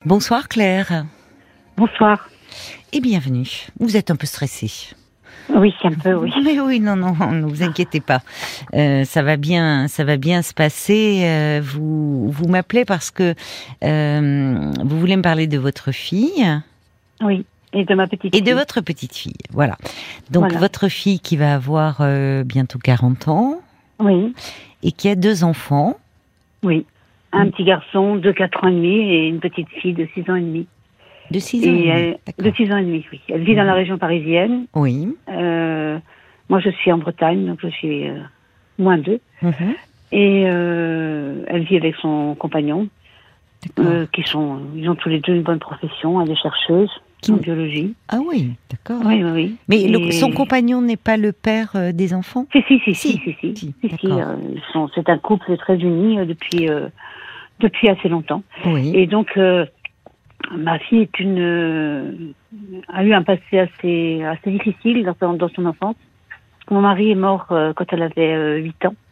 Bonsoir Claire. Bonsoir. Et bienvenue. Vous êtes un peu stressée. Oui, un peu, oui. Mais oui, non, ne vous inquiétez pas. Ça va bien se passer. Vous m'appelez parce que vous voulez me parler de votre fille. Oui, et de ma petite fille. Et de votre petite fille, voilà. Donc Voilà. votre fille qui va avoir bientôt 40 ans. Oui. Et qui a 2 enfants. Oui. Un petit garçon de 4 ans et demi et une petite fille de 6 ans et demi. De 6 ans et demi, de 6 ans et demi, oui. Elle vit dans la région parisienne. Oui. Moi, je suis en Bretagne, donc je suis -2. Et elle vit avec son compagnon, ils ont tous les deux une bonne profession. Elle est chercheuse en biologie. Ah oui, d'accord. Oui. Mais son compagnon n'est pas le père des enfants ? Si. C'est un couple très uni depuis assez longtemps. Oui. Et donc, ma fille a eu un passé assez difficile dans son enfance. Mon mari est mort quand elle avait 8 ans.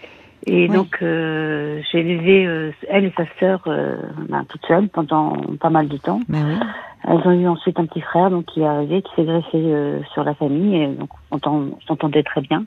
Et donc, j'ai élevé elle et sa sœur toute seule pendant pas mal de temps. Ben oui. Elles ont eu ensuite un petit frère qui est arrivé, qui s'est greffé sur la famille. Et donc, on s'entendait très bien.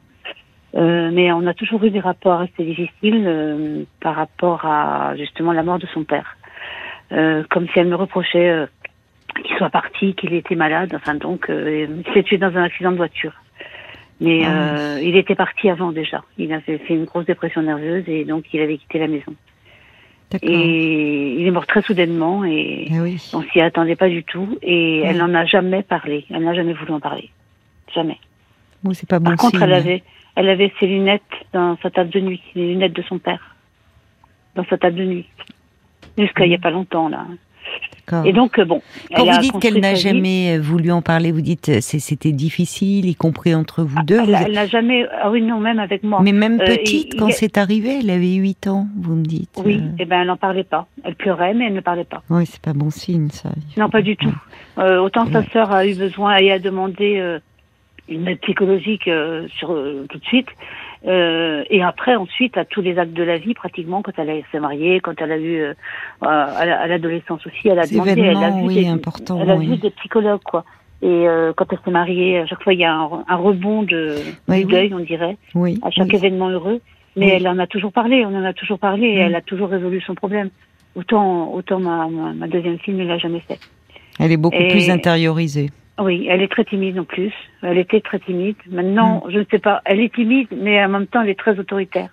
Mais on a toujours eu des rapports assez difficiles par rapport à justement la mort de son père. Comme si elle me reprochait qu'il soit parti, qu'il était malade. Enfin donc, il s'est tué dans un accident de voiture. Mais il était parti avant déjà. Il avait fait une grosse dépression nerveuse et donc il avait quitté la maison. D'accord. Et il est mort très soudainement et on s'y attendait pas du tout. Et elle n'en a jamais parlé. Elle n'a jamais voulu en parler. Jamais. Bon, c'est pas bon. Par contre, elle avait ses lunettes dans sa table de nuit, les lunettes de son père, dans sa table de nuit, jusqu'à il y a pas longtemps là. D'accord. Et donc bon. Quand vous dites qu'elle n'a jamais voulu en parler, vous dites c'était difficile, y compris entre vous deux. Elle n'a jamais. Ah oui, non, même avec moi. Mais même petite, quand c'est arrivé, elle avait 8 ans, vous me dites. Oui, et ben elle n'en parlait pas. Elle pleurait, mais elle ne parlait pas. Oui, c'est pas bon signe ça. Non, pas du tout. Autant sa sœur a eu besoin et a demandé une aide psychologique tout de suite. Et après, ensuite, à tous les actes de la vie, pratiquement, quand elle s'est mariée, quand elle a eu à l'adolescence aussi, elle a demandé, elle a vu des psychologues, quoi. Et quand elle s'est mariée, à chaque fois, il y a un rebond du deuil, on dirait, à chaque événement heureux. Mais elle en a toujours parlé, on en a toujours parlé, et elle a toujours résolu son problème. Autant ma deuxième fille ne l'a jamais fait. Elle est beaucoup plus intériorisée. Oui, elle est très timide en plus. Elle était très timide. Maintenant, je ne sais pas, elle est timide, mais en même temps, elle est très autoritaire.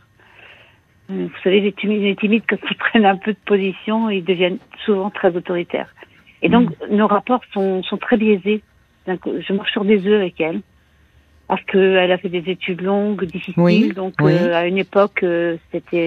Vous savez, les timides, quand ils prennent un peu de position, ils deviennent souvent très autoritaires. Et donc, nos rapports sont très biaisés. Je marche sur des œufs avec elle. Parce qu'elle a fait des études longues, difficiles. À une époque, elle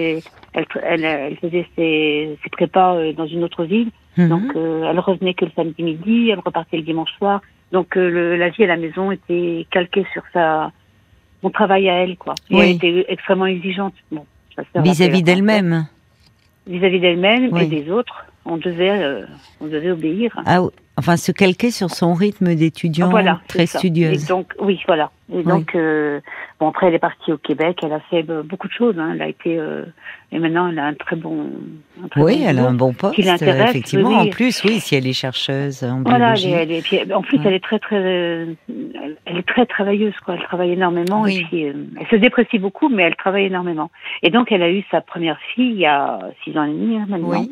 faisait ses prépas dans une autre ville. Donc, elle revenait que le samedi midi, elle repartait le dimanche soir. Donc, la vie à la maison était calquée sur mon travail à elle, quoi. Et elle était extrêmement exigeante. Bon, vis-à-vis d'elle-même. Vis-à-vis d'elle-même et des autres. On devait obéir. Ah, enfin, se calquer sur son rythme d'étudiant très studieuse. Et donc, voilà. Et donc, après, elle est partie au Québec. Elle a fait beaucoup de choses. Elle a été, et maintenant, elle a un très bon. Elle a un bon poste. Qui l'intéresse. Effectivement, en plus, si elle est chercheuse en biologie. En plus, elle est elle est très travailleuse, quoi. Elle travaille énormément. Et puis, elle se déprécie beaucoup, mais elle travaille énormément. Et donc, elle a eu sa première fille il y a 6 ans et demi maintenant.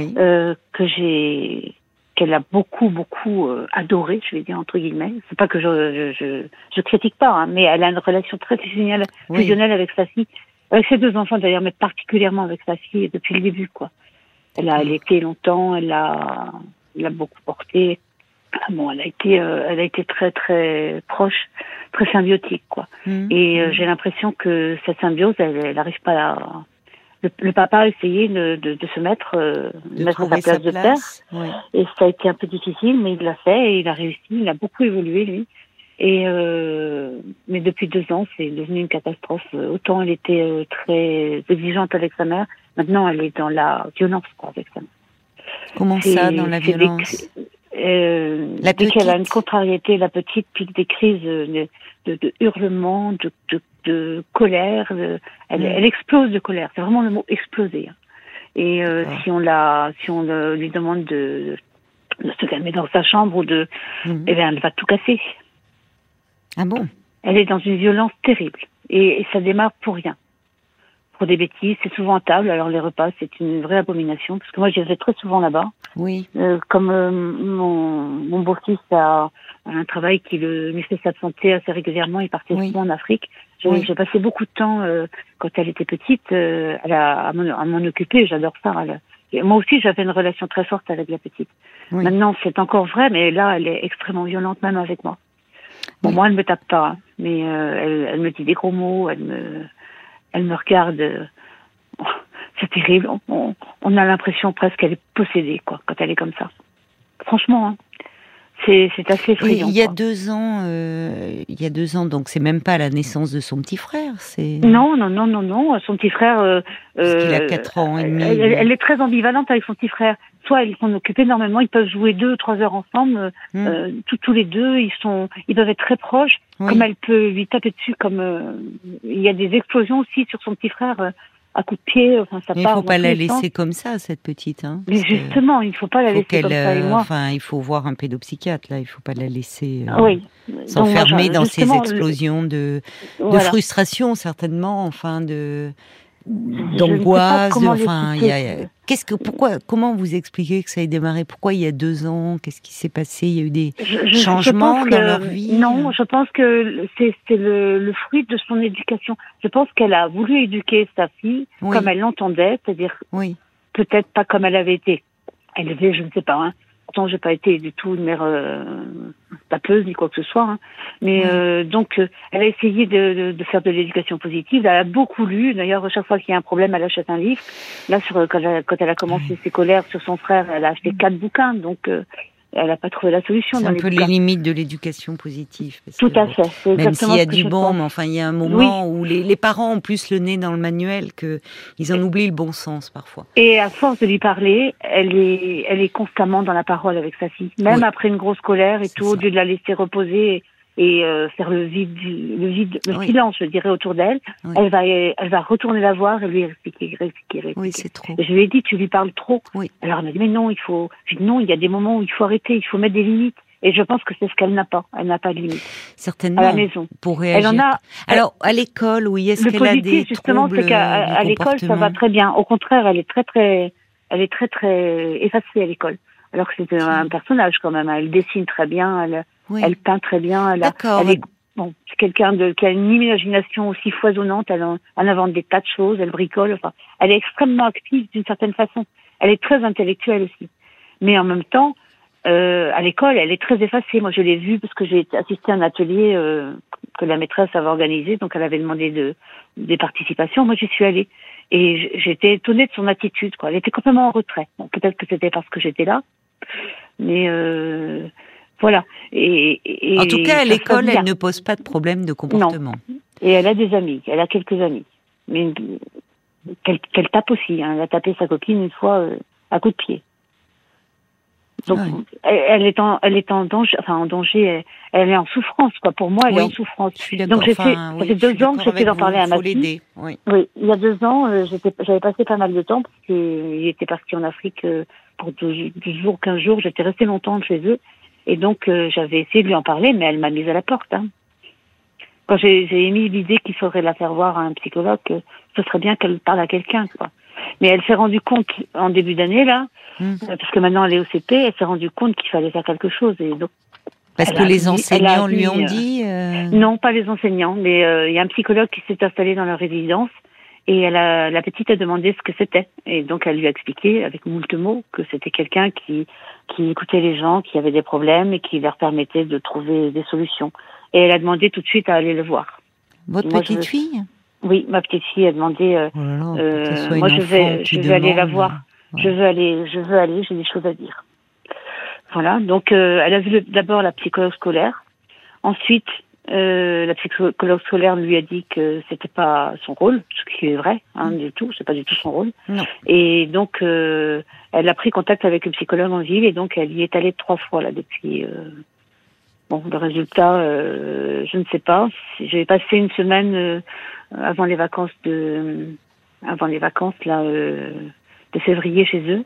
Qu'elle a beaucoup adoré, je vais dire entre guillemets. C'est pas que je critique pas, mais elle a une relation très fusionnelle avec sa fille, avec ses 2 enfants d'ailleurs, mais particulièrement avec sa fille depuis le début, quoi. Elle a allaité longtemps, elle l'a beaucoup portée. Elle a été très très proche, très symbiotique, quoi. Et j'ai l'impression que cette symbiose, elle n'arrive pas à. Le papa a essayé de se mettre à sa place de père. Et ça a été un peu difficile, mais il l'a fait et il a réussi. Il a beaucoup évolué, lui. Et mais depuis 2 ans, c'est devenu une catastrophe. Autant elle était très exigeante avec sa mère, maintenant elle est dans la violence, quoi, avec sa mère. Comment ça, dans la violence? Dès qu'elle a une contrariété, la petite pique des crises de hurlements, de colère. Elle explose de colère. C'est vraiment le mot exploser. Et si on lui demande de se calmer dans sa chambre ou eh bien, elle va tout casser. Ah bon? Elle est dans une violence terrible. Et ça démarre pour rien. Pour des bêtises, c'est souvent à table. Alors les repas, c'est une vraie abomination. Parce que moi, j'y vais très souvent là-bas. Oui. Comme mon beau-fils a un travail qui lui fait s'absenter assez régulièrement, il partait souvent en Afrique. J'ai passé beaucoup de temps, quand elle était petite, à m'en occuper. J'adore ça. Moi aussi, j'avais une relation très forte avec la petite. Oui. Maintenant, c'est encore vrai, mais là, elle est extrêmement violente, même avec moi. Bon, moi, elle me tape pas, hein, mais elle me dit des gros mots, elle me regarde. C'est terrible. On a l'impression presque qu'elle est possédée, quoi, quand elle est comme ça. Franchement, hein, c'est assez effrayant. Il y a 2 ans, donc c'est même pas la naissance de son petit frère, c'est. Non. Son petit frère. Parce qu'il a 4 ans et demi. Elle est très ambivalente avec son petit frère. Soit ils s'en occupent énormément, ils peuvent jouer 2-3 heures ensemble, tous les deux, ils peuvent être très proches. Comme elle peut lui taper dessus, il y a des explosions aussi sur son petit frère. À coups de pied, enfin ça part. Mais il ne faut pas la laisser comme ça, cette petite. Hein, mais justement, il ne faut pas la laisser comme ça. Et moi, il faut voir un pédopsychiatre là. Il ne faut pas la laisser s'enfermer dans ces explosions de frustration certainement, d'angoisse. Comment vous expliquez que ça ait démarré? Pourquoi il y a 2 ans? Qu'est-ce qui s'est passé? Il y a eu des changements dans leur vie? Non, je pense que c'est le fruit de son éducation. Je pense qu'elle a voulu éduquer sa fille comme elle l'entendait, c'est-à-dire peut-être pas comme elle avait été élevée, je ne sais pas. Hein. Pourtant, j'ai pas été du tout une mère tapeuse ni quoi que ce soit. Hein. Mais donc, elle a essayé de faire de l'éducation positive. Elle a beaucoup lu. D'ailleurs, chaque fois qu'il y a un problème, elle achète un livre. Là, quand elle a commencé ses colères sur son frère, elle a acheté 4 bouquins. Donc, elle n'a pas trouvé la solution. C'est un peu les limites de l'éducation positive. Tout à fait. Même s'il y a du bon, mais enfin, il y a un moment où les parents ont plus le nez dans le manuel qu'ils en oublient le bon sens parfois. Et à force de lui parler, elle est constamment dans la parole avec sa fille. Même après une grosse colère et tout, au lieu de la laisser reposer et faire le silence, je dirais, autour d'elle, elle va retourner la voir et lui expliquer. Oui, c'est trop. Et je lui ai dit, tu lui parles trop. Oui. Alors elle m'a dit, mais non, il y a des moments où il faut arrêter, il faut mettre des limites. Et je pense que c'est ce qu'elle n'a pas. Elle n'a pas de limite. Certainement. À la maison. Pour réagir. Elle en a. Alors, à l'école, oui, est-ce qu'elle a des troubles? Justement, c'est qu'à l'école, ça va très bien. Au contraire, elle est très effacée à l'école. Alors que c'est un personnage quand même. Elle dessine très bien, elle peint très bien. D'accord. C'est quelqu'un qui a une imagination aussi foisonnante. Elle invente des tas de choses, elle bricole. Enfin, elle est extrêmement active d'une certaine façon. Elle est très intellectuelle aussi. Mais en même temps, à l'école, elle est très effacée. Moi, je l'ai vue parce que j'ai assisté à un atelier que la maîtresse avait organisé. Donc, elle avait demandé des participations. Moi, j'y suis allée. Et j'étais étonnée de son attitude, quoi. Elle était complètement en retrait. Bon, peut-être que c'était parce que j'étais là. Mais voilà. En tout cas, à l'école, elle ne pose pas de problème de comportement. Non. Et elle a des amis. Elle a quelques amis. Mais qu'elle tape aussi. Hein. Elle a tapé sa copine une fois à coup de pied. Donc, elle est en danger, elle est en souffrance, quoi. Pour moi, elle est en souffrance. Je suis d'accord. Donc, ça fait 2 ans que j'essaie d'en parler à ma fille. Oui, il y a 2 ans, j'avais passé pas mal de temps parce qu'il était parti en Afrique pour 12 jours, 15 jours. J'étais restée longtemps chez eux. Et donc, j'avais essayé de lui en parler, mais elle m'a mise à la porte, hein. Quand j'ai émis l'idée qu'il faudrait la faire voir à un psychologue, ce serait bien qu'elle parle à quelqu'un, quoi. Mais elle s'est rendue compte en début d'année, là, parce que maintenant elle est au CP, elle s'est rendue compte qu'il fallait faire quelque chose. Et donc, parce que les enseignants lui ont dit Non, pas les enseignants, mais il y a un psychologue qui s'est installé dans leur résidence et la petite a demandé ce que c'était. Et donc elle lui a expliqué avec moult mots que c'était quelqu'un qui écoutait les gens, qui avaient des problèmes et qui leur permettait de trouver des solutions. Et elle a demandé tout de suite à aller le voir. Votre petite fille? Oui, ma petite fille a demandé. Moi, je vais aller la voir. Ouais. Je veux aller. J'ai des choses à dire. Voilà. Donc, elle a vu d'abord la psychologue scolaire. Ensuite, la psychologue scolaire lui a dit que c'était pas son rôle, ce qui est vrai, du tout. C'est pas du tout son rôle. Non. Et donc, elle a pris contact avec une psychologue en ville et donc elle y est allée 3 fois là depuis. Bon, le résultat, je ne sais pas. J'ai passé une semaine avant les vacances là, de février chez eux.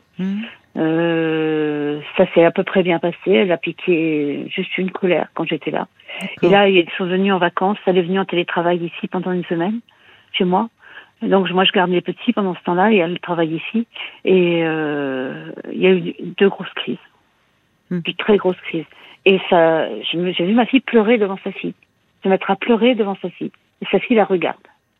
Ça s'est à peu près bien passé. Elle a piqué juste une colère quand j'étais là. Et là, ils sont venus en vacances. Elle est venue en télétravail ici pendant une semaine, chez moi. Donc moi, je garde les petits pendant ce temps-là et elle travaille ici. Et il y a eu 2 grosses crises. 2 très grosses crises. Et ça, j'ai vu ma fille pleurer devant sa fille. Se mettre à pleurer devant sa fille. Et sa fille la regarde.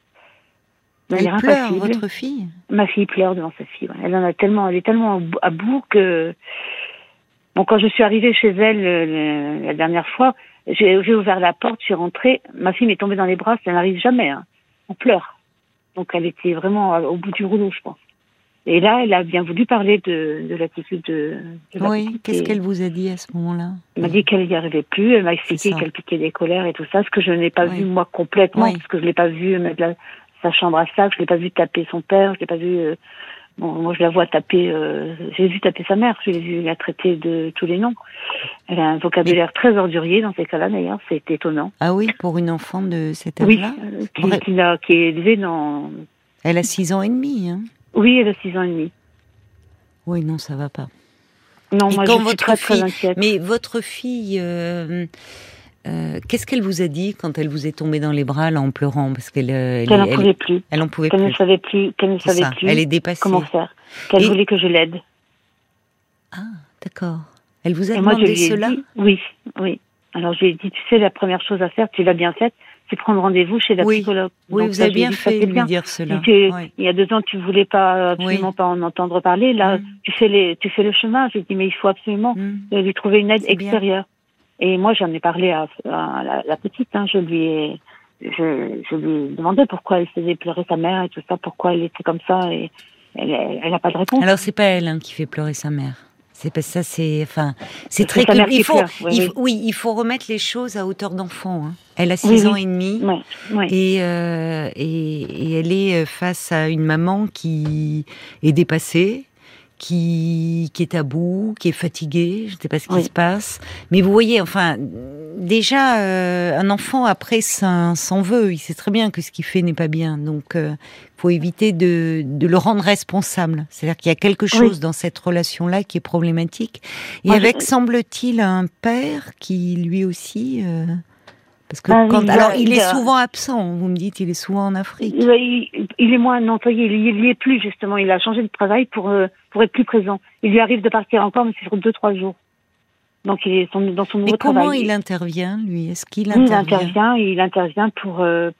Elle pleure, votre fille? Ma fille pleure devant sa fille. Ouais. Elle est tellement à bout que... Bon, quand je suis arrivée chez elle la dernière fois, j'ai ouvert la porte, je suis rentrée, ma fille m'est tombée dans les bras, ça n'arrive jamais. Hein. On pleure. Donc elle était vraiment au bout du rouleau, je pense. Et là, elle a bien voulu parler de l'attitude de la Oui, petite. qu'est-ce qu'elle vous a dit à ce moment-là? Elle m'a dit qu'elle n'y arrivait plus, elle m'a expliqué qu'elle piquait des colères et tout ça, ce que je n'ai pas vu moi complètement, parce que je l'ai pas vu mettre sa chambre à sac, je l'ai pas vu taper son père, je l'ai pas vu... Bon, moi je la vois taper, j'ai vu taper sa mère, je l'ai vu la traiter de tous les noms. Elle a un vocabulaire très ordurier dans ces cas-là d'ailleurs, c'est étonnant. Ah oui, pour une enfant de cet âge-là? Oui, qui est élevée dans... Elle a 6 ans et demi, hein? Oui, elle a 6 ans et demi. Oui, non, ça va pas. Non, moi je suis très inquiète. Mais votre fille... qu'est-ce qu'elle vous a dit quand elle vous est tombée dans les bras là, en pleurant? Parce qu'elle n'en pouvait plus. Elle en pouvait plus. Qu'elle ne savait plus. Elle est dépassée. Comment faire. Qu'elle voulait que je l'aide. Ah, d'accord. Elle vous a demandé cela? Oui. Alors je lui ai dit, tu sais, la première chose à faire, tu l'as bien faite, c'est prendre rendez-vous chez la psychologue. Oui, donc, vous avez bien fait de lui dire cela. Il y a 2 ans, tu voulais absolument pas en entendre parler. Là, tu fais le chemin. J'ai dit, mais il faut absolument lui trouver une aide extérieure. Et moi, j'en ai parlé à la petite. Hein, je lui ai demandé pourquoi elle faisait pleurer sa mère et tout ça, pourquoi elle était comme ça, et elle n'a pas de réponse. Alors c'est pas elle qui fait pleurer sa mère. C'est parce que ça, c'est très clair. Il faut remettre les choses à hauteur d'enfant. Hein. Elle a 6 ans et demi, et elle est face à une maman qui est dépassée, qui est à bout, qui est fatiguée, je ne sais pas ce qui se passe. Mais vous voyez, enfin, déjà, un enfant, après, s'en veut. Il sait très bien que ce qu'il fait n'est pas bien. Donc, faut éviter de le rendre responsable. C'est-à-dire qu'il y a quelque chose dans cette relation-là qui est problématique. Et avec, semble-t-il, un père qui, lui aussi... Parce que il est souvent absent, vous me dites, il est souvent en Afrique. Il est moins employé, il n'y est plus justement, il a changé de travail pour être plus présent. Il lui arrive de partir encore, mais c'est sur 2-3 jours. Donc il est dans son nouveau travail. Et comment il intervient, lui? Est-ce qu'il intervient? Il intervient pour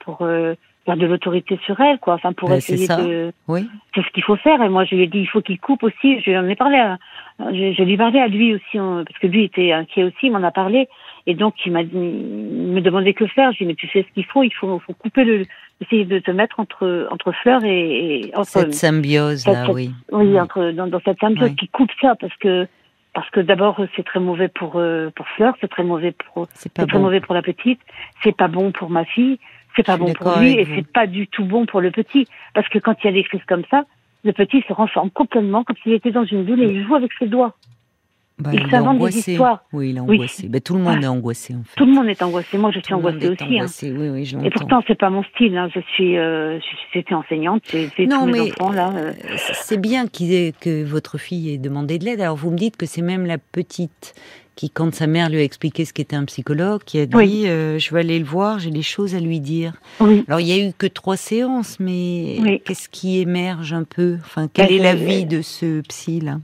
faire de l'autorité sur elle, quoi. Enfin, pour essayer de... Oui. C'est ce qu'il faut faire. Et moi, je lui ai dit, il faut qu'il coupe aussi. Je lui en ai parlé je lui ai parlé à lui aussi, parce que lui était inquiet aussi, il m'en a parlé. Et donc, il me demandait que faire. Je lui ai dit, mais tu sais ce qu'il faut couper essayer de te mettre entre Fleur et entre cette symbiose-là, oui. Oui, dans cette symbiose qui coupe ça, parce que d'abord, c'est très mauvais pour Fleur, c'est très mauvais mauvais pour la petite, c'est pas bon pour ma fille, c'est pas bon pour lui, et c'est pas du tout bon pour le petit. Parce que quand il y a des crises comme ça, le petit se renferme complètement, comme s'il était dans une bulle et il joue avec ses doigts. Il s'invente des histoires. Oui, il est angoissé. Tout le monde est angoissé, en fait. Tout le monde est angoissé. Moi, je suis angoissée aussi. Oui, je l'entends. Et pourtant, c'est pas mon style. Hein. J'étais enseignante. J'ai tous mes enfants, là. C'est bien que votre fille ait demandé de l'aide. Alors, vous me dites que c'est même la petite qui, quand sa mère lui a expliqué ce qu'était un psychologue, qui a dit je vais aller le voir, j'ai des choses à lui dire. Oui. Alors, il y a eu que 3 séances, mais qu'est-ce qui émerge un peu? Enfin, quelle est l'avis de ce psy-là?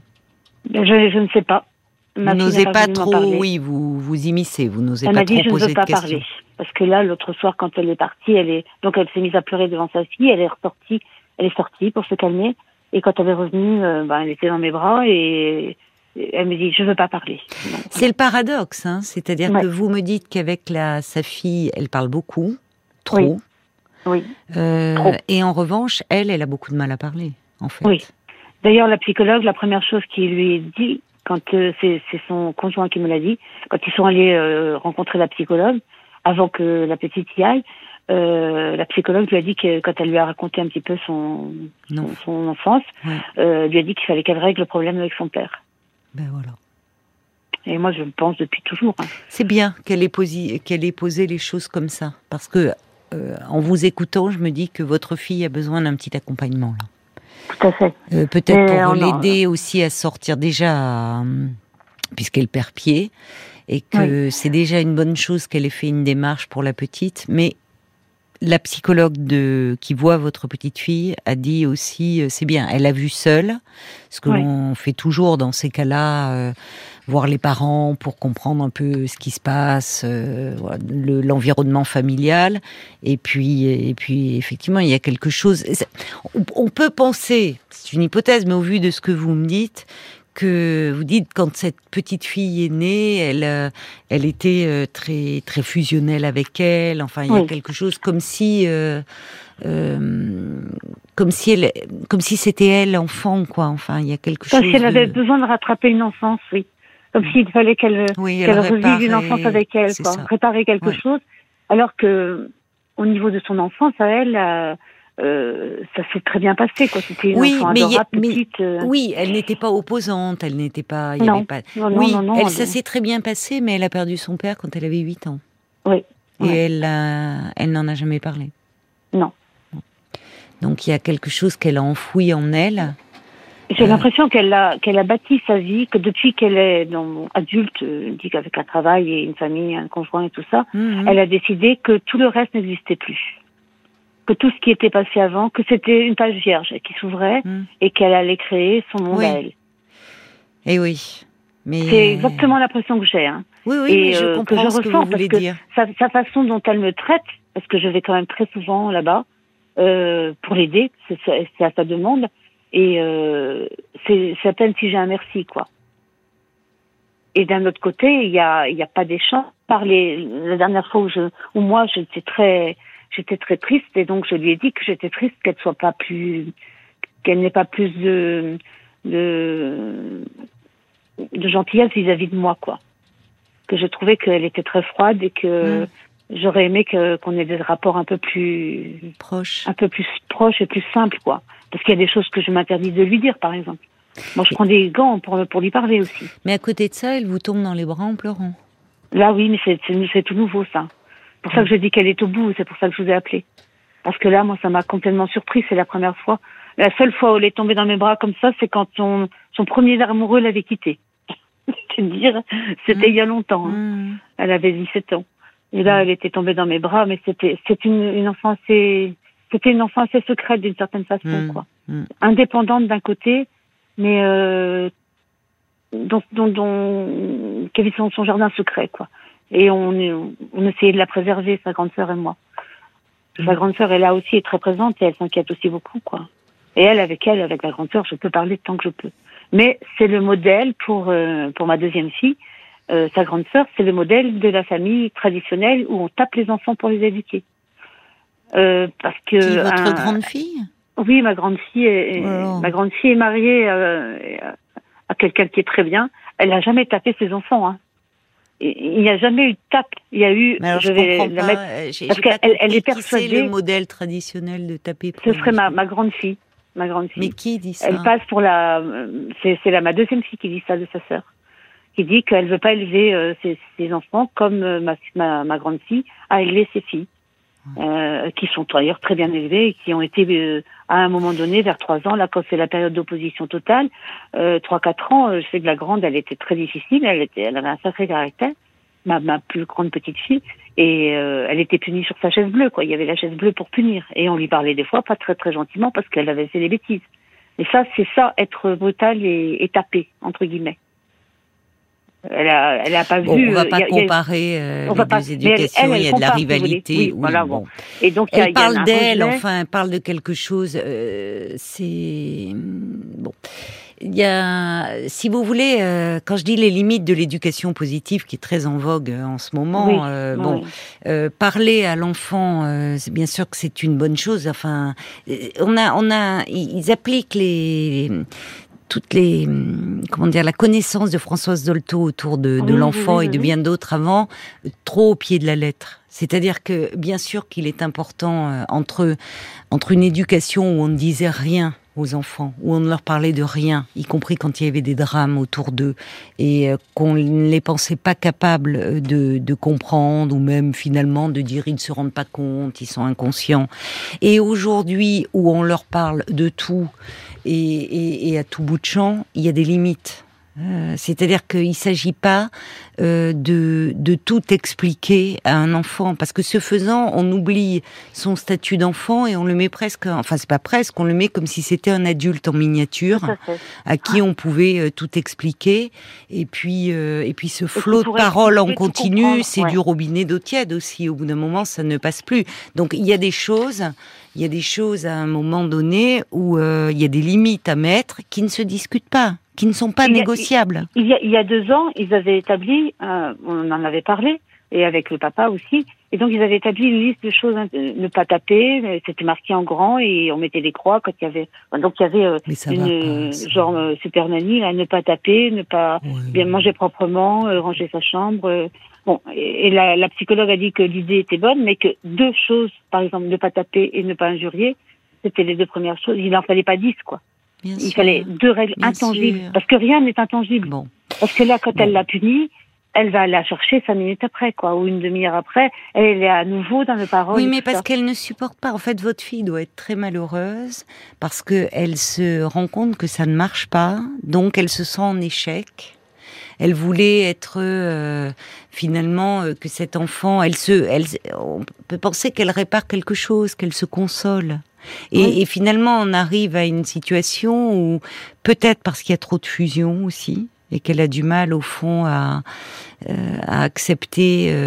Je ne sais pas. Vous n'osez pas trop, vous immiscez, vous n'osez pas trop poser de questions. Elle m'a dit, je ne veux pas parler. Parce que là, l'autre soir, quand elle est partie, donc elle s'est mise à pleurer devant sa fille, elle est sortie pour se calmer, et quand elle est revenue, elle était dans mes bras, et elle me dit, je ne veux pas parler. C'est le paradoxe, hein, c'est-à-dire que vous me dites qu'avec sa fille, elle parle beaucoup, trop. Oui. Trop. Et en revanche, elle a beaucoup de mal à parler, en fait. Oui. D'ailleurs, la psychologue, la première chose qui lui est dit, quand c'est son conjoint qui me l'a dit, quand ils sont allés rencontrer la psychologue, avant que la petite y aille, la psychologue lui a dit que quand elle lui a raconté un petit peu son enfance, lui a dit qu'il fallait qu'elle règle le problème avec son père. Ben voilà. Et moi, je le pense depuis toujours. Hein. C'est bien qu'elle ait posé les choses comme ça, parce que en vous écoutant, je me dis que votre fille a besoin d'un petit accompagnement là. Tout à fait. Peut-être pour l'aider aussi à sortir déjà, puisqu'elle perd pied, et que c'est déjà une bonne chose qu'elle ait fait une démarche pour la petite, mais la psychologue qui voit votre petite fille a dit aussi, c'est bien, elle a vu seule, ce que l'on fait toujours dans ces cas-là, voir les parents pour comprendre un peu ce qui se passe, l'environnement familial, et puis effectivement il y a quelque chose. On peut penser, c'est une hypothèse, mais au vu de ce que vous me dites, que vous dites quand cette petite fille est née, elle était très très fusionnelle avec elle. Enfin, il y a quelque chose comme si c'était elle enfant, quoi. Enfin, il y a quelque chose. Comme si elle avait besoin de rattraper une enfance, oui. Comme s'il fallait qu'elle revive une enfance avec elle, quoi. Réparer quelque chose. Alors que au niveau de son enfance, à elle. Ça s'est très bien passé, quoi. C'était une enfant adorable, petite. Oui, elle n'était pas opposante, elle n'était pas. Non, ça s'est très bien passé, mais elle a perdu son père quand elle avait 8 ans. Oui. Et elle n'en a jamais parlé. Non. Donc il y a quelque chose qu'elle a enfoui en elle. J'ai l'impression qu'elle a bâti sa vie, que depuis qu'elle est adulte, dit qu'avec un travail et une famille, un conjoint et tout ça, elle a décidé que tout le reste n'existait plus. Que tout ce qui était passé avant, que c'était une page vierge qui s'ouvrait et qu'elle allait créer son monde à elle. Et oui. Mais c'est exactement l'impression que j'ai. Hein. Oui, mais je comprends ce que vous voulez dire. Sa façon dont elle me traite, parce que je vais quand même très souvent là-bas pour l'aider, c'est à sa demande, et c'est à peine si j'ai un merci, quoi. Et d'un autre côté, il y a pas d'échange. La dernière fois où moi j'étais très triste, et donc je lui ai dit que j'étais triste qu'elle n'ait pas plus de gentillesse vis-à-vis de moi, quoi. Que je trouvais qu'elle était très froide et que j'aurais aimé qu'on ait des rapports un peu plus proches et plus simples, quoi. Parce qu'il y a des choses que je m'interdis de lui dire, par exemple. Moi, je prends des gants pour lui parler aussi. Mais à côté de ça, elle vous tombe dans les bras en pleurant. Là, oui, mais c'est tout nouveau, ça. C'est pour ça que je dis qu'elle est au bout, c'est pour ça que je vous ai appelé. Parce que là, moi, ça m'a complètement surpris, c'est la première fois. La seule fois où elle est tombée dans mes bras comme ça, c'est quand son premier amoureux l'avait quittée. C'est-à-dire, c'était il y a longtemps. Hein. Elle avait 17 ans. Et là, elle était tombée dans mes bras, mais c'était une enfant assez secrète d'une certaine façon, quoi. Indépendante d'un côté, mais qui avait son jardin secret, quoi. Et on essayait de la préserver, sa grande sœur et moi. Sa grande sœur est là aussi, est très présente, et elle s'inquiète aussi beaucoup, quoi. Et avec la grande sœur, je peux parler tant que je peux. Mais c'est le modèle pour ma deuxième fille. Sa grande sœur, c'est le modèle de la famille traditionnelle où on tape les enfants pour les éduquer. Parce que qui, votre grande fille? Oui, ma grande fille est mariée à quelqu'un qui est très bien. Elle n'a jamais tapé ses enfants. Hein. Il n'y a jamais eu de tape. Il y a eu. Mais alors, je comprends pas. Parce qu'elle est persuadée. C'est le modèle traditionnel de taper. Ce serait ma grande fille. Ma grande fille. Mais qui dit ça? Elle passe pour c'est ma deuxième fille qui dit ça de sa sœur, qui dit qu'elle veut pas élever ses enfants comme ma grande fille a élevé ses filles, qui sont d'ailleurs très bien élevées et qui ont été à un moment donné vers 3 ans, là quand c'est la période d'opposition totale, 3-4 ans, je sais que la grande elle était très difficile, elle avait un sacré caractère, ma plus grande petite fille, et elle était punie sur sa chaise bleue, quoi. Il y avait la chaise bleue pour punir, et on lui parlait des fois pas très très gentiment parce qu'elle avait fait des bêtises. Et ça, c'est ça, être brutal et taper, entre guillemets. Elle a pas vu. On va pas comparer les deux éducations. Il y a de la rivalité. Oui, voilà. Bon. Et donc elle parle d'elle. Enfin, elle parle de quelque chose. C'est bon. Il y a, si vous voulez, quand je dis les limites de l'éducation positive, qui est très en vogue en ce moment, parler à l'enfant, c'est bien sûr que c'est une bonne chose. Enfin, ils appliquent la connaissance de Françoise Dolto autour de l'enfant et de bien d'autres avant, trop au pied de la lettre. C'est-à-dire que, bien sûr qu'il est important entre une éducation où on ne disait rien aux enfants, où on ne leur parlait de rien, y compris quand il y avait des drames autour d'eux, et qu'on ne les pensait pas capables de comprendre, ou même finalement de dire ils ne se rendent pas compte, ils sont inconscients. Et aujourd'hui, où on leur parle de tout, et à tout bout de champ, il y a des limites. C'est-à-dire qu'il ne s'agit pas de tout expliquer à un enfant, parce que ce faisant, on oublie son statut d'enfant et on le met presque, enfin c'est pas presque, on le met comme si c'était un adulte en miniature à qui on pouvait tout expliquer, et puis ce flot de paroles en continu, c'est du robinet d'eau tiède aussi. Au bout d'un moment, ça ne passe plus. Donc il y a des choses à un moment donné où il y a des limites à mettre qui ne se discutent pas, qui ne sont pas négociables. Il y a 2 ans, ils avaient établi, on en avait parlé, et avec le papa aussi, et donc ils avaient établi une liste de choses, ne pas taper, c'était marqué en grand, et on mettait des croix quand il y avait, donc il y avait super nanny, là, ne pas taper, ne pas bien manger proprement, ranger sa chambre, bon, et la psychologue a dit que l'idée était bonne, mais que 2 choses, par exemple, ne pas taper et ne pas injurier, c'était les 2 premières choses, il n'en fallait pas 10, quoi. Il fallait 2 règles intangibles, parce que rien n'est intangible. Bon. Parce que là, quand elle l'a punie, elle va la chercher 5 minutes après, quoi, ou une demi-heure après, elle est à nouveau dans le parole. Oui, mais parce qu'elle ne supporte pas. En fait, votre fille doit être très malheureuse, parce qu'elle se rend compte que ça ne marche pas, donc elle se sent en échec. Elle voulait être finalement que cet enfant, on peut penser qu'elle répare quelque chose, qu'elle se console. Et finalement, on arrive à une situation où, peut-être parce qu'il y a trop de fusion aussi, et qu'elle a du mal, au fond, à accepter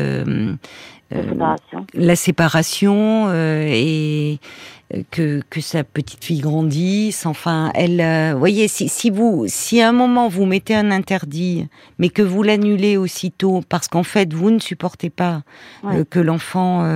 la séparation, et que sa petite fille grandisse. Enfin, elle, voyez, si à un moment vous mettez un interdit, mais que vous l'annulez aussitôt, parce qu'en fait, vous ne supportez pas que l'enfant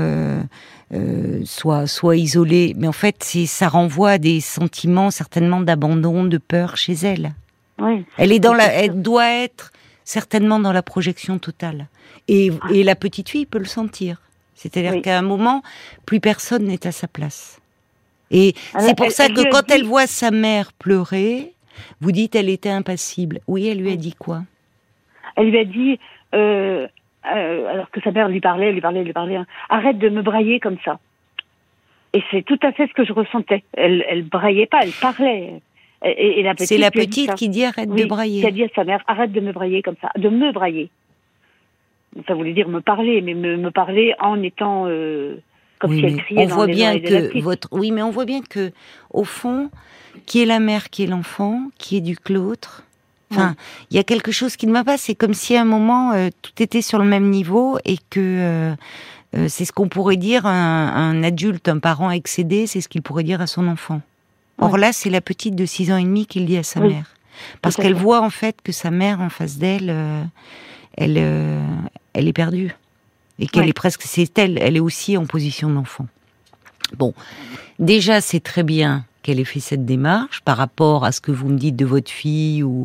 soit isolée, mais en fait ça renvoie à des sentiments certainement d'abandon, de peur chez elle. Oui, elle doit être certainement dans la projection totale, et la petite fille peut le sentir, c'est-à-dire qu'à un moment plus personne n'est à sa place, et c'est pour ça que quand elle voit sa mère pleurer, vous dites elle était impassible. Oui, elle lui a dit quoi? Elle lui a dit alors que sa mère lui parlait, arrête de me brailler comme ça. Et c'est tout à fait ce que je ressentais. Elle braillait pas, elle parlait. Et la petite, c'est la petite qui dit arrête de brailler. Qui a dit à sa mère arrête de me brailler comme ça, de me brailler. Ça voulait dire me parler, mais me parler en étant comme si elle criait dans les oreilles de la petite. Oui, mais on voit bien que au fond, qui est la mère, qui est l'enfant, qui éduque l'autre. Enfin, il y a quelque chose qui ne va pas. C'est comme si à un moment tout était sur le même niveau, et que c'est ce qu'on pourrait dire un adulte, un parent excédé, c'est ce qu'il pourrait dire à son enfant. Or là, c'est la petite de 6 ans et demi qui le dit à sa mère, parce qu'elle voit en fait que sa mère en face d'elle, elle est perdue, et qu'elle est presque, elle est aussi en position d'enfant. Bon, déjà c'est très bien qu'elle ait fait cette démarche par rapport à ce que vous me dites de votre fille, ou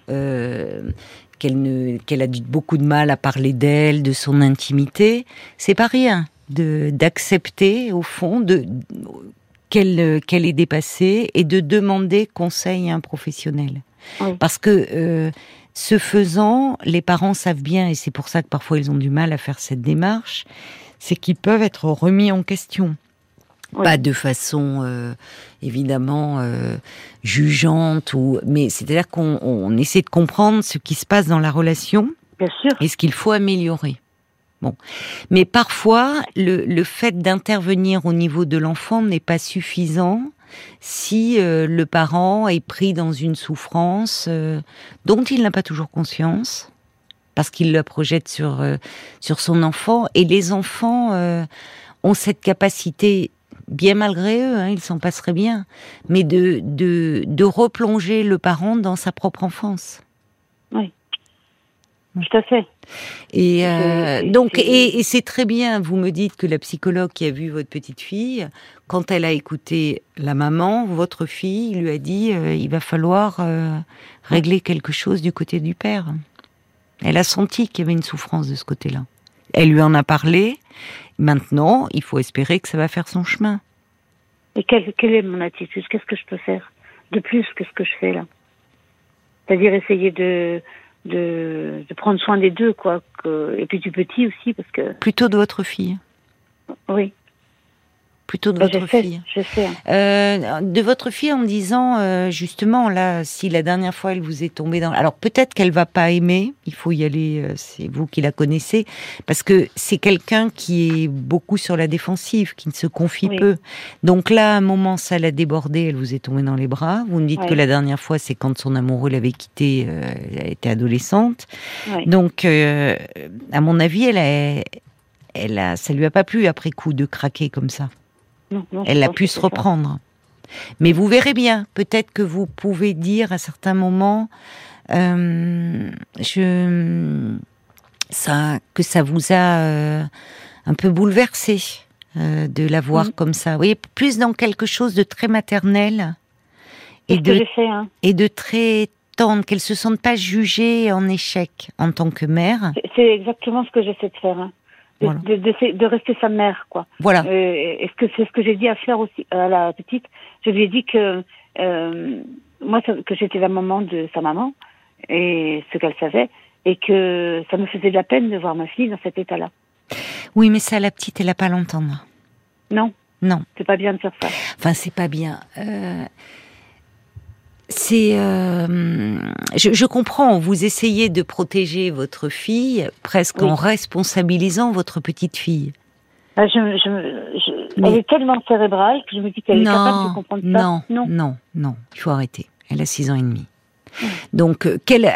qu'elle a beaucoup de mal à parler d'elle, de son intimité. C'est pas rien d'accepter au fond qu'elle est dépassée, et de demander conseil à un professionnel. Parce que ce faisant, les parents savent bien, et c'est pour ça que parfois ils ont du mal à faire cette démarche, c'est qu'ils peuvent être remis en question. Pas de façon évidemment jugeante, mais c'est-à-dire qu'on essaie de comprendre ce qui se passe dans la relation, bien sûr, et ce qu'il faut améliorer. Bon, mais parfois le fait d'intervenir au niveau de l'enfant n'est pas suffisant si le parent est pris dans une souffrance dont il n'a pas toujours conscience, parce qu'il la projette sur son enfant, et les enfants ont cette capacité, bien malgré eux, ils s'en passeraient bien, mais de replonger le parent dans sa propre enfance. Oui, tout à fait. Et donc, et c'est très bien. Vous me dites que la psychologue qui a vu votre petite fille, quand elle a écouté la maman, votre fille lui a dit il va falloir régler quelque chose du côté du père. Elle a senti qu'il y avait une souffrance de ce côté-là. Elle lui en a parlé. Maintenant, il faut espérer que ça va faire son chemin. Et quelle est mon attitude? Qu'est-ce que je peux faire? de plus que ce que je fais là. C'est-à-dire essayer de prendre soin des deux, quoi. Et puis du petit aussi, parce que... Plutôt de votre fille. Oui. Plutôt de votre fille. Je sais. De votre fille en me disant, justement, là, si la dernière fois elle vous est tombée dans... Alors peut-être qu'elle va pas aimer, il faut y aller, c'est vous qui la connaissez, parce que c'est quelqu'un qui est beaucoup sur la défensive, qui ne se confie peu. Donc là, à un moment, ça l'a débordée, elle vous est tombée dans les bras. Vous me dites que la dernière fois, c'est quand son amoureux l'avait quittée, elle était adolescente. Donc, à mon avis, ça lui a pas plu après coup de craquer comme ça. Non, elle a pu se reprendre. Mais vous verrez bien, peut-être que vous pouvez dire à certains moments que ça vous a un peu bouleversé de la voir comme ça. Vous voyez, plus dans quelque chose de très maternel et de très tendre, qu'elle se sente pas jugée en échec en tant que mère. C'est exactement ce que j'essaie de faire. Hein. Voilà. De rester sa mère, quoi. Voilà. Est-ce que c'est ce que j'ai dit à Fleur aussi, à la petite? Je lui ai dit que moi, que j'étais la maman de sa maman, et ce qu'elle savait, et que ça me faisait de la peine de voir ma fille dans cet état-là. Oui, mais ça, la petite, elle a pas à l'entendre. Non. Non. C'est pas bien de faire ça. Enfin, c'est pas bien. Je comprends, vous essayez de protéger votre fille presque en responsabilisant votre petite fille. Elle est tellement cérébrale que je me dis qu'elle est capable de comprendre ça. Non, il faut arrêter. Elle a 6 ans et demi. Donc, qu'elle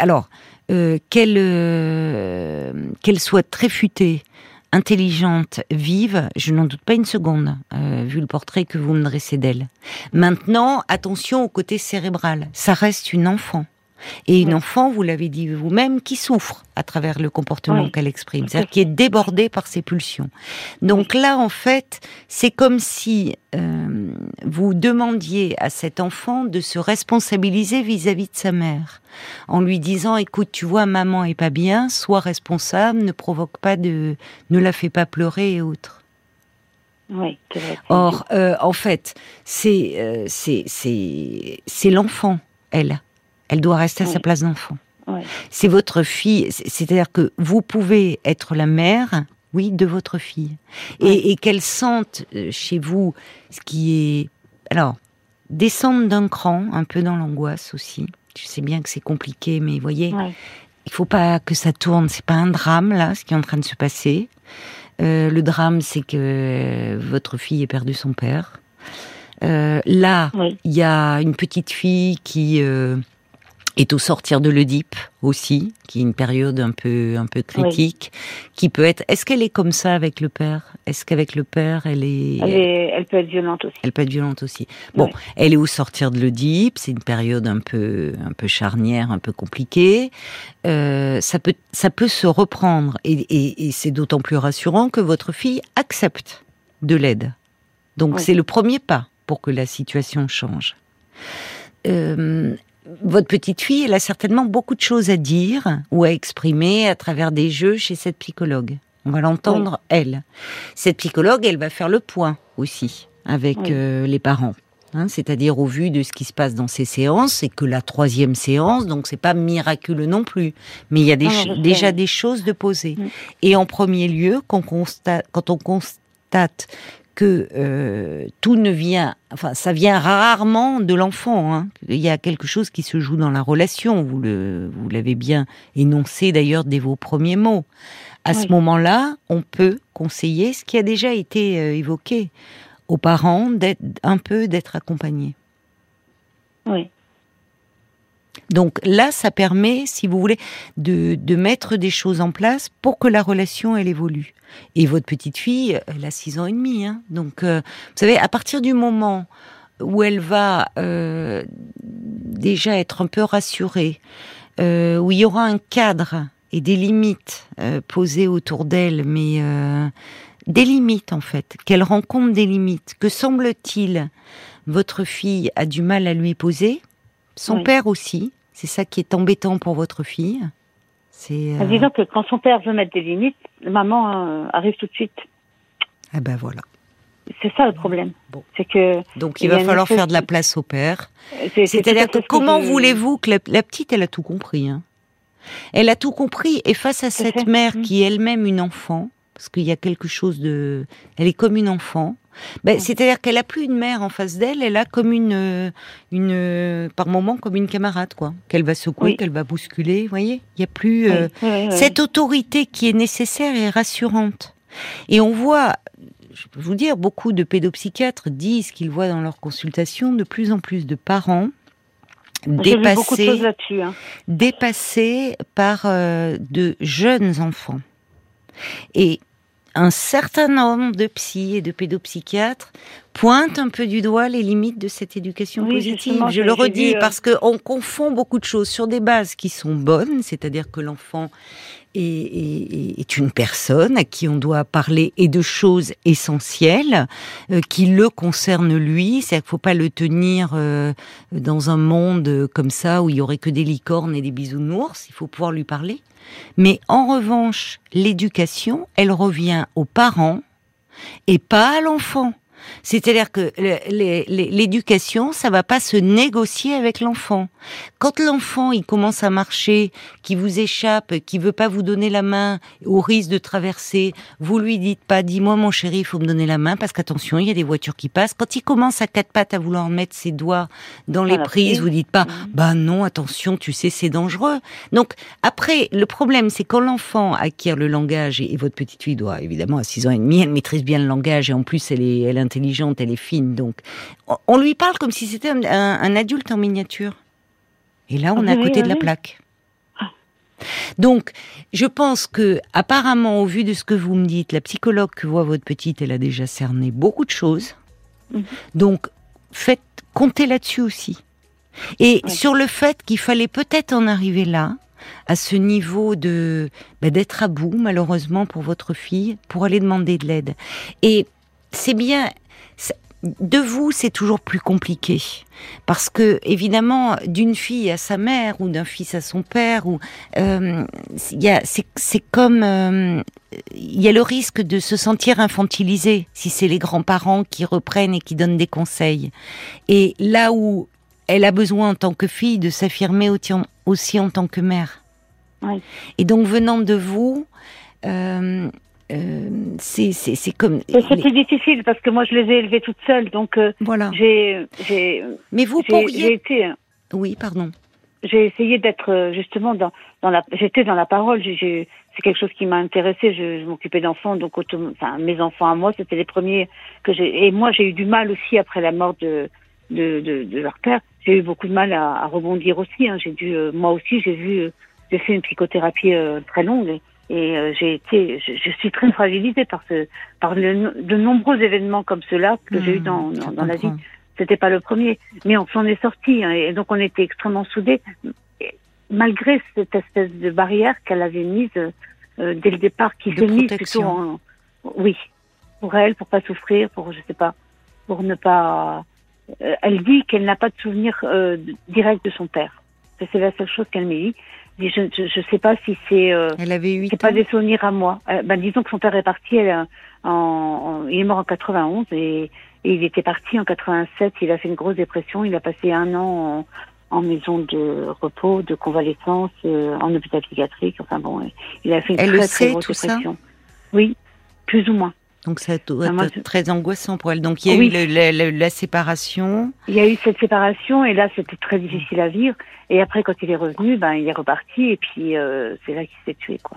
soit très futée, intelligente, vive, je n'en doute pas une seconde, vu le portrait que vous me dressez d'elle. Maintenant, attention au côté cérébral. Ça reste une enfant. Et une enfant, vous l'avez dit vous-même, qui souffre à travers le comportement qu'elle exprime. C'est-à-dire qui est débordée par ses pulsions. Donc là, en fait, c'est comme si vous demandiez à cet enfant de se responsabiliser vis-à-vis de sa mère. En lui disant, écoute, tu vois, maman est pas bien, sois responsable, ne provoque pas ne la fais pas pleurer et autres. Oui, c'est vrai. Or, en fait, c'est l'enfant, elle. Elle doit rester à sa place d'enfant. C'est votre fille, c'est-à-dire que vous pouvez être la mère, oui, de votre fille. Et qu'elle sente chez vous ce qui est... Alors, descendre d'un cran, un peu dans l'angoisse aussi. Je sais bien que c'est compliqué, mais vous voyez, il faut pas que ça tourne. C'est pas un drame, là, ce qui est en train de se passer. Le drame, c'est que votre fille ait perdu son père. Là, il y a une petite fille qui... est au sortir de l'Oedipe aussi, qui est une période un peu critique, qui peut être... Est-ce qu'elle est comme ça avec le père? Est-ce qu'avec le père, elle peut être violente aussi. Elle peut être violente aussi. Bon, elle est au sortir de l'Oedipe, c'est une période un peu charnière, un peu compliquée. Ça peut se reprendre, et c'est d'autant plus rassurant que votre fille accepte de l'aide. Donc c'est le premier pas pour que la situation change. Votre petite fille, elle a certainement beaucoup de choses à dire ou à exprimer à travers des jeux chez cette psychologue. On va l'entendre, elle. Cette psychologue, elle va faire le point aussi avec les parents. C'est-à-dire au vu de ce qui se passe dans ces séances, c'est que la 3e séance, donc c'est pas miraculeux non plus, mais il y a déjà des choses de poser. Et en premier lieu, quand on constate que tout ne vient, enfin ça vient rarement de l'enfant. Il y a quelque chose qui se joue dans la relation. Vous l'avez bien énoncé d'ailleurs dès vos premiers mots. À ce moment-là, on peut conseiller ce qui a déjà été évoqué aux parents d'être accompagnés. Oui. Donc là, ça permet, si vous voulez, de mettre des choses en place pour que la relation, elle évolue. Et votre petite fille, elle a 6 ans et demi. Donc, vous savez, à partir du moment où elle va déjà être un peu rassurée, où il y aura un cadre et des limites posées autour d'elle, mais des limites en fait, qu'elle rencontre des limites, que semble-t-il, votre fille a du mal à lui poser. Son père aussi, c'est ça qui est embêtant pour votre fille. Disons que quand son père veut mettre des limites, maman arrive tout de suite. Ah ben voilà. C'est ça le problème. Bon. C'est que donc il va falloir faire de la place au père. C'est-à-dire que comment voulez-vous que la petite, elle a tout compris, hein. Elle a tout compris, et face à cette mère qui est elle-même une enfant, parce qu'il y a quelque chose de... Elle est comme une enfant. C'est-à-dire qu'elle a plus une mère en face d'elle, elle a comme une par moment comme une camarade, quoi. Qu'elle va secouer, qu'elle va bousculer, vous voyez. Il y a plus cette autorité qui est nécessaire et rassurante. Et on voit, je peux vous dire, beaucoup de pédopsychiatres disent qu'ils voient dans leurs consultations de plus en plus de parents dépassés par de jeunes enfants. Et un certain nombre de psys et de pédopsychiatres pointent un peu du doigt les limites de cette éducation positive. Je le redis, parce qu'on confond beaucoup de choses sur des bases qui sont bonnes, c'est-à-dire que l'enfant est une personne à qui on doit parler et de choses essentielles qui le concernent lui. C'est-à-dire qu'il ne faut pas le tenir dans un monde comme ça où il y aurait que des licornes et des bisounours. Il faut pouvoir lui parler. Mais en revanche, l'éducation, elle revient aux parents et pas à l'enfant. C'est-à-dire que l'éducation, ça va pas se négocier avec l'enfant. Quand l'enfant, il commence à marcher, qui vous échappe, qui veut pas vous donner la main, au risque de traverser, vous lui dites pas, dis-moi mon chéri, il faut me donner la main, parce qu'attention, il y a des voitures qui passent. Quand il commence à quatre pattes à vouloir mettre ses doigts dans les prises, vous dites pas, bah non, attention, tu sais, c'est dangereux. Donc, après, le problème, c'est quand l'enfant acquiert le langage, et votre petite fille doit, évidemment, à 6 ans et demi, elle maîtrise bien le langage, et en plus, elle est intelligente, elle est fine, donc on lui parle comme si c'était un adulte en miniature. Et là, on est à côté de la plaque. Donc, je pense que, apparemment, au vu de ce que vous me dites, la psychologue que voit votre petite, elle a déjà cerné beaucoup de choses. Donc, comptez là-dessus aussi. Et sur le fait qu'il fallait peut-être en arriver là, à ce niveau d'être à bout, malheureusement, pour votre fille, pour aller demander de l'aide. Et c'est bien... De vous, c'est toujours plus compliqué, parce que évidemment, d'une fille à sa mère ou d'un fils à son père, c'est comme il y a le risque de se sentir infantilisé si c'est les grands-parents qui reprennent et qui donnent des conseils. Et là où elle a besoin en tant que fille de s'affirmer aussi en tant que mère. Et donc venant de vous. C'est comme. C'est plus difficile parce que moi je les ai élevés toutes seules, donc voilà. Mais vous pourriez. Oui, pardon. J'ai essayé d'être justement j'étais dans la parole. C'est quelque chose qui m'a intéressée. Je m'occupais d'enfants, donc mes enfants à moi, c'était les premiers que j'ai. Et moi, j'ai eu du mal aussi après la mort de leur père. J'ai eu beaucoup de mal à rebondir aussi. Hein. Moi aussi, j'ai fait une psychothérapie très longue. Et je suis très fragilisée par de nombreux événements comme ceux-là que j'ai eu dans la vie. C'était pas le premier, mais on s'en est sortis, hein, et donc on était extrêmement soudés, malgré cette espèce de barrière qu'elle avait mise dès le départ, qui s'est mise plutôt pour elle, pour pas souffrir, pour pour ne pas. Elle dit qu'elle n'a pas de souvenir direct de son père. C'est la seule chose qu'elle m'a dit. Je sais pas si c'est. Elle avait 8 ans. C'est pas des souvenirs à moi. Disons que son père est parti. Il est mort en 91 et il était parti en 87. Il a fait une grosse dépression. Il a passé 1 an en maison de repos, de convalescence, en hôpital psychiatrique. Enfin bon, il a fait une très grosse dépression. Oui, plus ou moins. Donc ça doit être très angoissant pour elle. Donc il y a eu la séparation. Il y a eu cette séparation et là c'était très difficile à vivre. Et après quand il est revenu, il est reparti et puis c'est là qu'il s'est tué, quoi.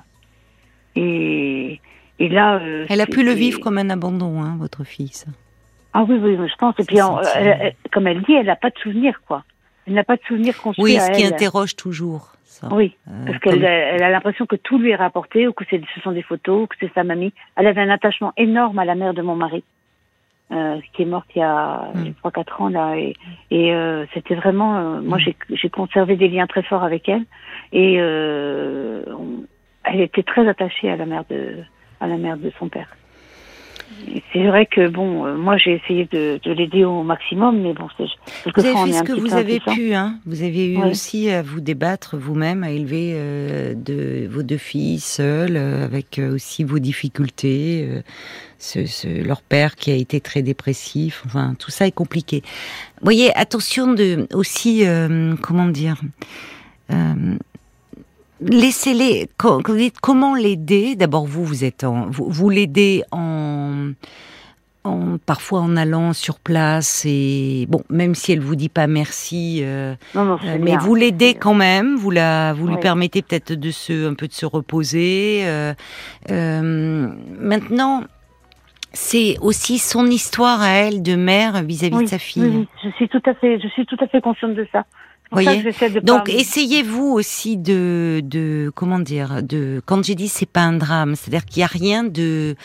Et là. Elle a pu le vivre comme un abandon, hein, votre fille. Ça. Ah oui, je pense. Et puis comme elle dit, elle n'a pas de souvenir, quoi. Elle n'a pas de souvenir construit. Oui, ce qui interroge toujours. Ça. Oui, parce qu'elle a l'impression que tout lui est rapporté, ou que ce sont des photos, ou que c'est sa mamie. Elle avait un attachement énorme à la mère de mon mari, qui est morte il y a 3-4 ans, là. Et c'était vraiment... moi, j'ai conservé des liens très forts avec elle. Et elle était très attachée à la mère de son père. C'est vrai que moi j'ai essayé de l'aider au maximum, mais bon, vous avez fait ce que vous avez pu, hein. Vous avez eu aussi à vous débattre vous-même, à élever vos 2 filles seules, avec aussi vos difficultés, leur père qui a été très dépressif. Enfin, tout ça est compliqué. Vous voyez, attention aussi, comment dire. Laissez-les. Comment l'aider ? D'abord, vous l'aidez parfois en allant sur place et même si elle vous dit pas merci, mais bien. Vous l'aidez quand même. Vous lui permettez peut-être un peu de se reposer. Maintenant, c'est aussi son histoire à elle de mère vis-à-vis de sa fille. Oui, je suis tout à fait consciente de ça. Voyez. Donc essayez-vous aussi comment dire, quand j'ai dit c'est pas un drame, c'est-à-dire qu'il y a rien de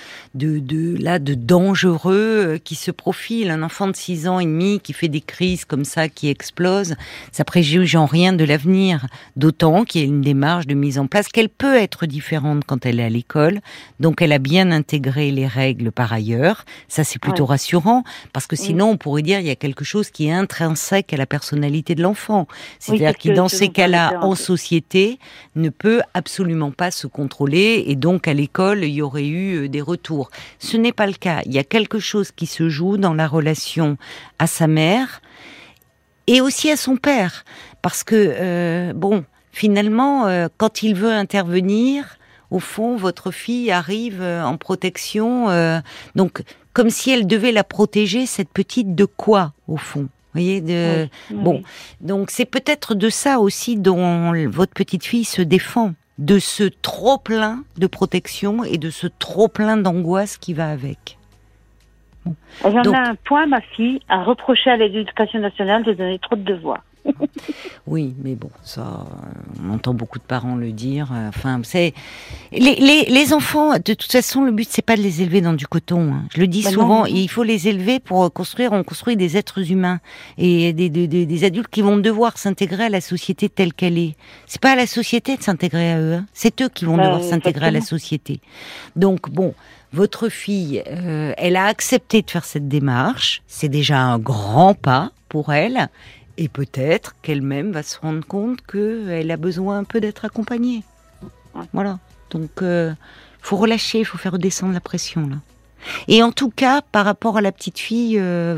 dangereux qui se profile. Un enfant de 6 ans et demi qui fait des crises comme ça, qui explose, ça préjuge en rien de l'avenir. D'autant qu'il y a une démarche de mise en place qu'elle peut être différente quand elle est à l'école. Donc elle a bien intégré les règles par ailleurs. Ça c'est plutôt rassurant parce que sinon on pourrait dire il y a quelque chose qui est intrinsèque à la personnalité de l'enfant. C'est-à-dire qu'il, dans ces cas-là, en société, ne peut absolument pas se contrôler et donc à l'école, il y aurait eu des retours. Ce n'est pas le cas. Il y a quelque chose qui se joue dans la relation à sa mère et aussi à son père. Parce que, finalement, quand il veut intervenir, au fond, votre fille arrive en protection. Donc, comme si elle devait la protéger, cette petite, de quoi, au fond ? Vous voyez, donc c'est peut-être de ça aussi dont votre petite fille se défend, de ce trop-plein de protection et de ce trop-plein d'angoisse qui va avec. Elle en a un point, ma fille, à reprocher à l'Éducation nationale de donner trop de devoirs. Oui, mais ça, on entend beaucoup de parents le dire. C'est les enfants. De toute façon, le but c'est pas de les élever dans du coton. Hein. Je le dis souvent. Non. Il faut les élever pour construire. On construit des êtres humains et des adultes qui vont devoir s'intégrer à la société telle qu'elle est. C'est pas à la société de s'intégrer à eux. Hein. C'est eux qui vont devoir s'intégrer à la société. Donc votre fille, elle a accepté de faire cette démarche. C'est déjà un grand pas pour elle. Et peut-être qu'elle-même va se rendre compte qu'elle a besoin un peu d'être accompagnée. Voilà. Donc, faut relâcher, il faut faire redescendre la pression, là. Et en tout cas, par rapport à la petite fille,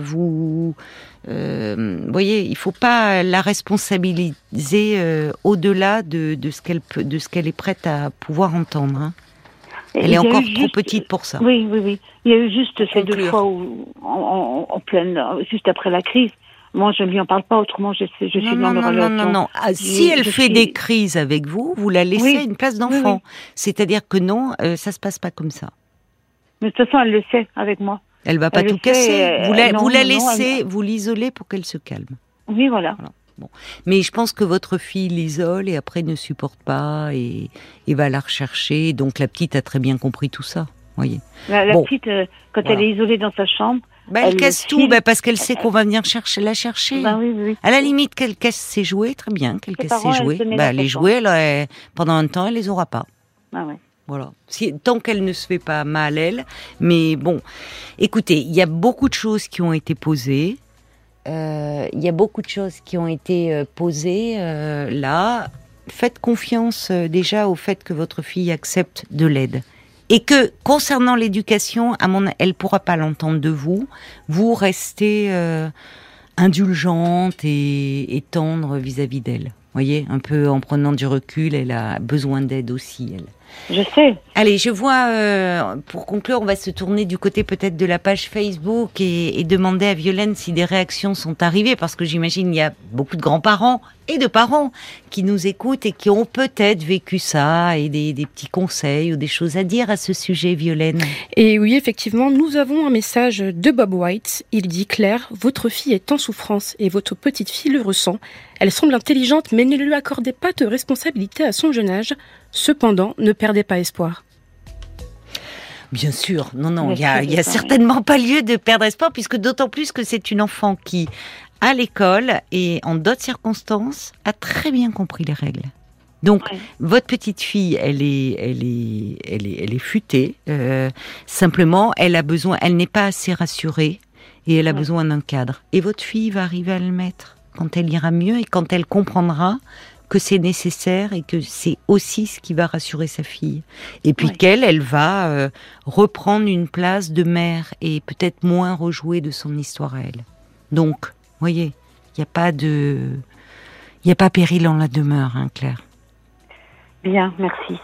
voyez, il faut pas la responsabiliser au-delà de ce qu'elle est prête à pouvoir entendre. Hein. Elle est encore trop petite pour ça. Oui. Il y a eu juste ces 2 fois en pleine, juste après la crise. Moi, je ne lui en parle pas, autrement je suis dans le relation. Non. Si elle fait des crises avec vous, vous la laissez une place d'enfant. Oui. C'est-à-dire que non, ça se passe pas comme ça. Mais de toute façon, elle le sait avec moi. Elle va pas tout casser. Vous la laissez, vous l'isolez pour qu'elle se calme. Oui, voilà. Bon. Mais je pense que votre fille l'isole et après ne supporte pas et va la rechercher. Donc la petite a très bien compris tout ça. Voyez. La petite, quand elle est isolée dans sa chambre, elle casse tout, parce qu'elle sait qu'on va venir la chercher. Oui. À la limite, qu'elle casse ses jouets, très bien, qu'elle casse ses jouets. Les jouets, pendant un temps, elle les aura pas. Ah ouais. Voilà. Tant qu'elle ne se fait pas mal, elle. Mais bon, écoutez, il y a beaucoup de choses qui ont été posées. Là. Faites confiance déjà au fait que votre fille accepte de l'aide. Et que, concernant l'éducation, elle pourra pas l'entendre de vous. Vous restez indulgente et tendre vis-à-vis d'elle. Voyez, un peu en prenant du recul, elle a besoin d'aide aussi, elle. Je sais. Allez, je vois, pour conclure, on va se tourner du côté peut-être de la page Facebook et demander à Violaine si des réactions sont arrivées, parce que j'imagine il y a beaucoup de grands-parents et de parents qui nous écoutent et qui ont peut-être vécu ça, et des petits conseils ou des choses à dire à ce sujet, Violaine. Et oui, effectivement, nous avons un message de Bob White. Il dit: Claire, votre fille est en souffrance et votre petite fille le ressent. Elle semble intelligente, mais ne lui accordez pas de responsabilité à son jeune âge. Cependant, ne perdez pas espoir. Bien sûr, non, il y a certainement pas lieu de perdre espoir, puisque d'autant plus que c'est une enfant qui, à l'école et en d'autres circonstances, a très bien compris les règles. Donc, votre petite fille, elle est futée. Simplement, elle n'est pas assez rassurée et elle a besoin d'un cadre. Et votre fille va arriver à le mettre quand elle ira mieux et quand elle comprendra que c'est nécessaire et que c'est aussi ce qui va rassurer sa fille. Et puis elle va reprendre une place de mère et peut-être moins rejouer de son histoire à elle. Donc, voyez, il n'y a pas péril en la demeure, hein, Claire. Bien, merci.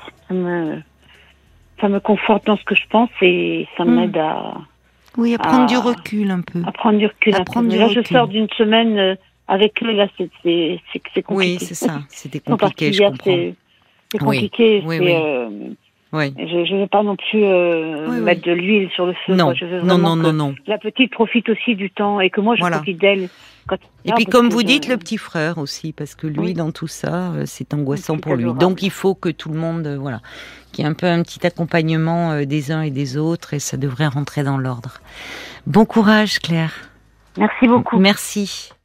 Ça me conforte dans ce que je pense et ça m'aide à... Oui, à prendre du recul un peu. À prendre du recul un peu. Là, je sors d'une semaine avec eux, là, c'est compliqué. Oui, c'est ça. C'était compliqué, je comprends. C'est compliqué. Oui. Je ne veux pas non plus mettre de l'huile sur le feu. Non, je veux non. La petite profite aussi du temps et que moi, je profite d'elle. Et puis, comme vous dites, le petit frère aussi, parce que lui, dans tout ça, c'est angoissant pour lui. Donc, il faut que tout le monde, qu'il y ait un peu un petit accompagnement des uns et des autres, et ça devrait rentrer dans l'ordre. Bon courage, Claire. Merci beaucoup. Merci.